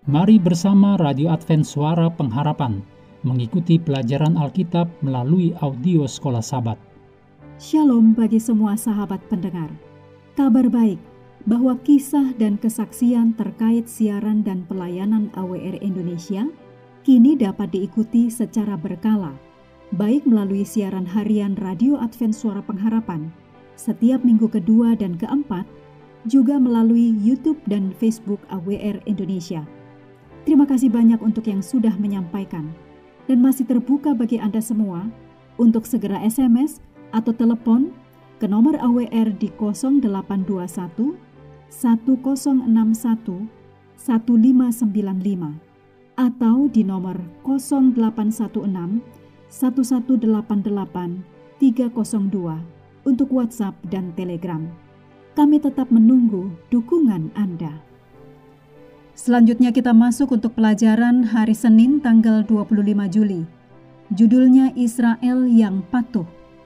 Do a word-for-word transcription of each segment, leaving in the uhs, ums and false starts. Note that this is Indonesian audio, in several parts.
Mari bersama Radio Advent Suara Pengharapan mengikuti pelajaran Alkitab melalui audio Sekolah Sabat. Shalom bagi semua sahabat pendengar. Kabar baik bahwa kisah dan kesaksian terkait siaran dan pelayanan A W R Indonesia kini dapat diikuti secara berkala, baik melalui siaran harian Radio Advent Suara Pengharapan setiap minggu kedua dan keempat, juga melalui YouTube dan Facebook A W R Indonesia. Terima kasih banyak untuk yang sudah menyampaikan, dan masih terbuka bagi Anda semua untuk segera S M S atau telepon ke nomor A W R di nol delapan dua satu, satu nol enam satu, satu lima sembilan lima atau di nomor nol delapan satu enam, satu satu delapan delapan, tiga nol dua untuk WhatsApp dan Telegram. Kami tetap menunggu dukungan Anda. Selanjutnya kita masuk untuk pelajaran hari Senin tanggal dua puluh lima Juli. Judulnya Israel yang Patuh.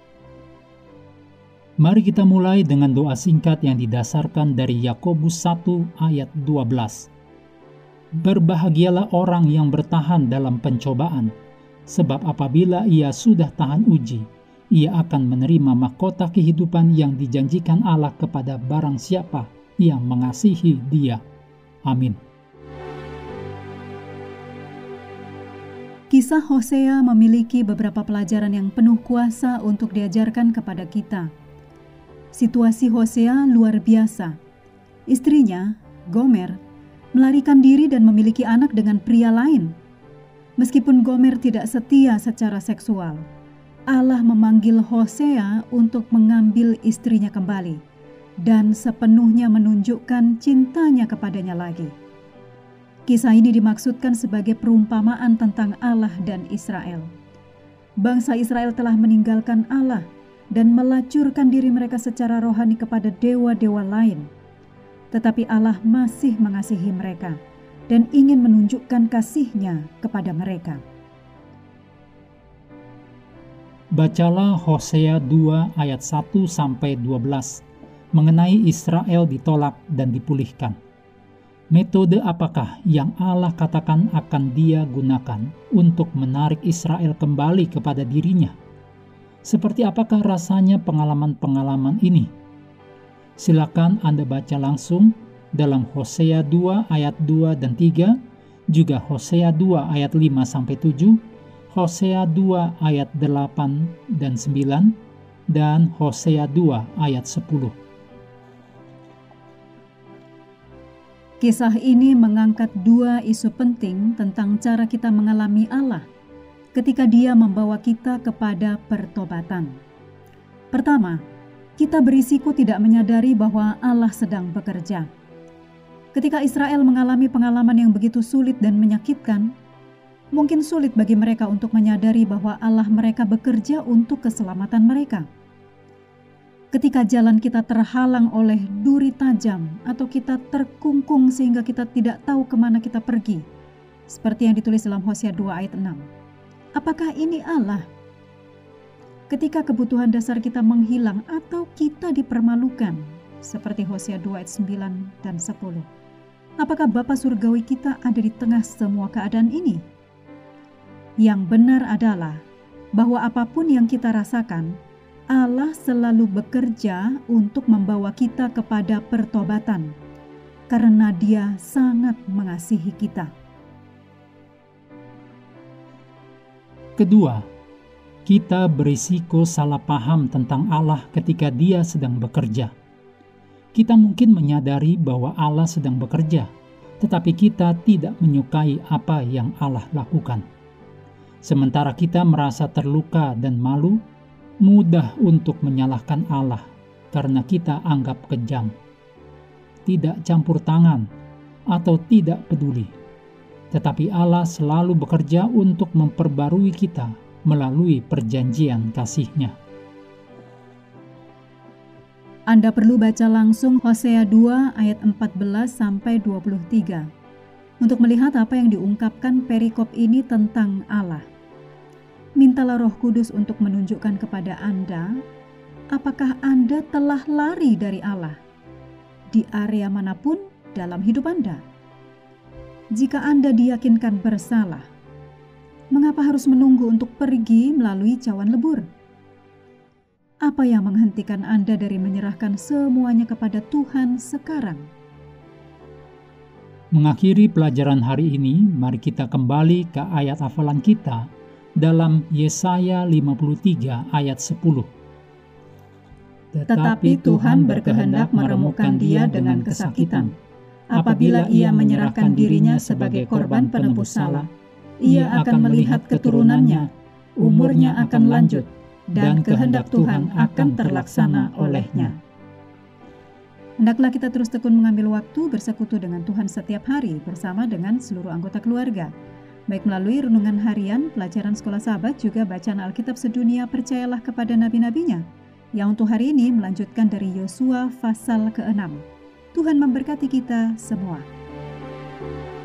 Mari kita mulai dengan doa singkat yang didasarkan dari Yakobus satu ayat dua belas. Berbahagialah orang yang bertahan dalam pencobaan, sebab apabila ia sudah tahan uji, ia akan menerima mahkota kehidupan yang dijanjikan Allah kepada barang siapa yang mengasihi Dia. Amin. Kisah Hosea memiliki beberapa pelajaran yang penuh kuasa untuk diajarkan kepada kita. Situasi Hosea luar biasa. Istrinya, Gomer, melarikan diri dan memiliki anak dengan pria lain. Meskipun Gomer tidak setia secara seksual, Allah memanggil Hosea untuk mengambil istrinya kembali dan sepenuhnya menunjukkan cintanya kepadanya lagi. Kisah ini dimaksudkan sebagai perumpamaan tentang Allah dan Israel. Bangsa Israel telah meninggalkan Allah dan melacurkan diri mereka secara rohani kepada dewa-dewa lain. Tetapi Allah masih mengasihi mereka dan ingin menunjukkan kasih-Nya kepada mereka. Bacalah Hosea dua ayat satu sampai dua belas mengenai Israel ditolak dan dipulihkan. Metode apakah yang Allah katakan akan Dia gunakan untuk menarik Israel kembali kepada dirinya? Seperti apakah rasanya pengalaman-pengalaman ini? Silakan Anda baca langsung dalam Hosea dua ayat dua dan tiga, juga Hosea dua ayat lima sampai tujuh, Hosea dua ayat delapan dan sembilan, dan Hosea dua ayat sepuluh. Kisah ini mengangkat dua isu penting tentang cara kita mengalami Allah ketika Dia membawa kita kepada pertobatan. Pertama, kita berisiko tidak menyadari bahwa Allah sedang bekerja. Ketika Israel mengalami pengalaman yang begitu sulit dan menyakitkan, mungkin sulit bagi mereka untuk menyadari bahwa Allah mereka bekerja untuk keselamatan mereka. Ketika jalan kita terhalang oleh duri tajam atau kita terkungkung sehingga kita tidak tahu kemana kita pergi, seperti yang ditulis dalam Hosea dua ayat enam. Apakah ini Allah? Ketika kebutuhan dasar kita menghilang atau kita dipermalukan, seperti Hosea dua ayat sembilan dan sepuluh. Apakah Bapa Surgawi kita ada di tengah semua keadaan ini? Yang benar adalah bahwa apapun yang kita rasakan, Allah selalu bekerja untuk membawa kita kepada pertobatan, karena Dia sangat mengasihi kita. Kedua, kita berisiko salah paham tentang Allah ketika Dia sedang bekerja. Kita mungkin menyadari bahwa Allah sedang bekerja, tetapi kita tidak menyukai apa yang Allah lakukan. Sementara kita merasa terluka dan malu, mudah untuk menyalahkan Allah karena kita anggap kejam, tidak campur tangan, atau tidak peduli. Tetapi Allah selalu bekerja untuk memperbarui kita melalui perjanjian kasih-Nya. Anda perlu baca langsung Hosea dua ayat empat belas sampai dua puluh tiga untuk melihat apa yang diungkapkan perikop ini tentang Allah. Mintalah Roh Kudus untuk menunjukkan kepada Anda, apakah Anda telah lari dari Allah di area manapun dalam hidup Anda. Jika Anda diyakinkan bersalah, mengapa harus menunggu untuk pergi melalui cawan lebur? Apa yang menghentikan Anda dari menyerahkan semuanya kepada Tuhan sekarang? Mengakhiri pelajaran hari ini, mari kita kembali ke ayat hafalan kita dalam Yesaya lima puluh tiga ayat sepuluh. Tetapi Tuhan berkehendak meremukkan dia dengan kesakitan. Apabila ia menyerahkan dirinya sebagai korban penebus salah, ia akan melihat keturunannya, umurnya akan lanjut, dan kehendak Tuhan akan terlaksana olehnya. Hendaklah kita terus tekun mengambil waktu bersekutu dengan Tuhan setiap hari bersama dengan seluruh anggota keluarga. Baik melalui renungan harian, pelajaran sekolah sahabat, juga bacaan Alkitab sedunia percayalah kepada nabi-nabinya, yang untuk hari ini melanjutkan dari Yosua pasal keenam. Tuhan memberkati kita semua.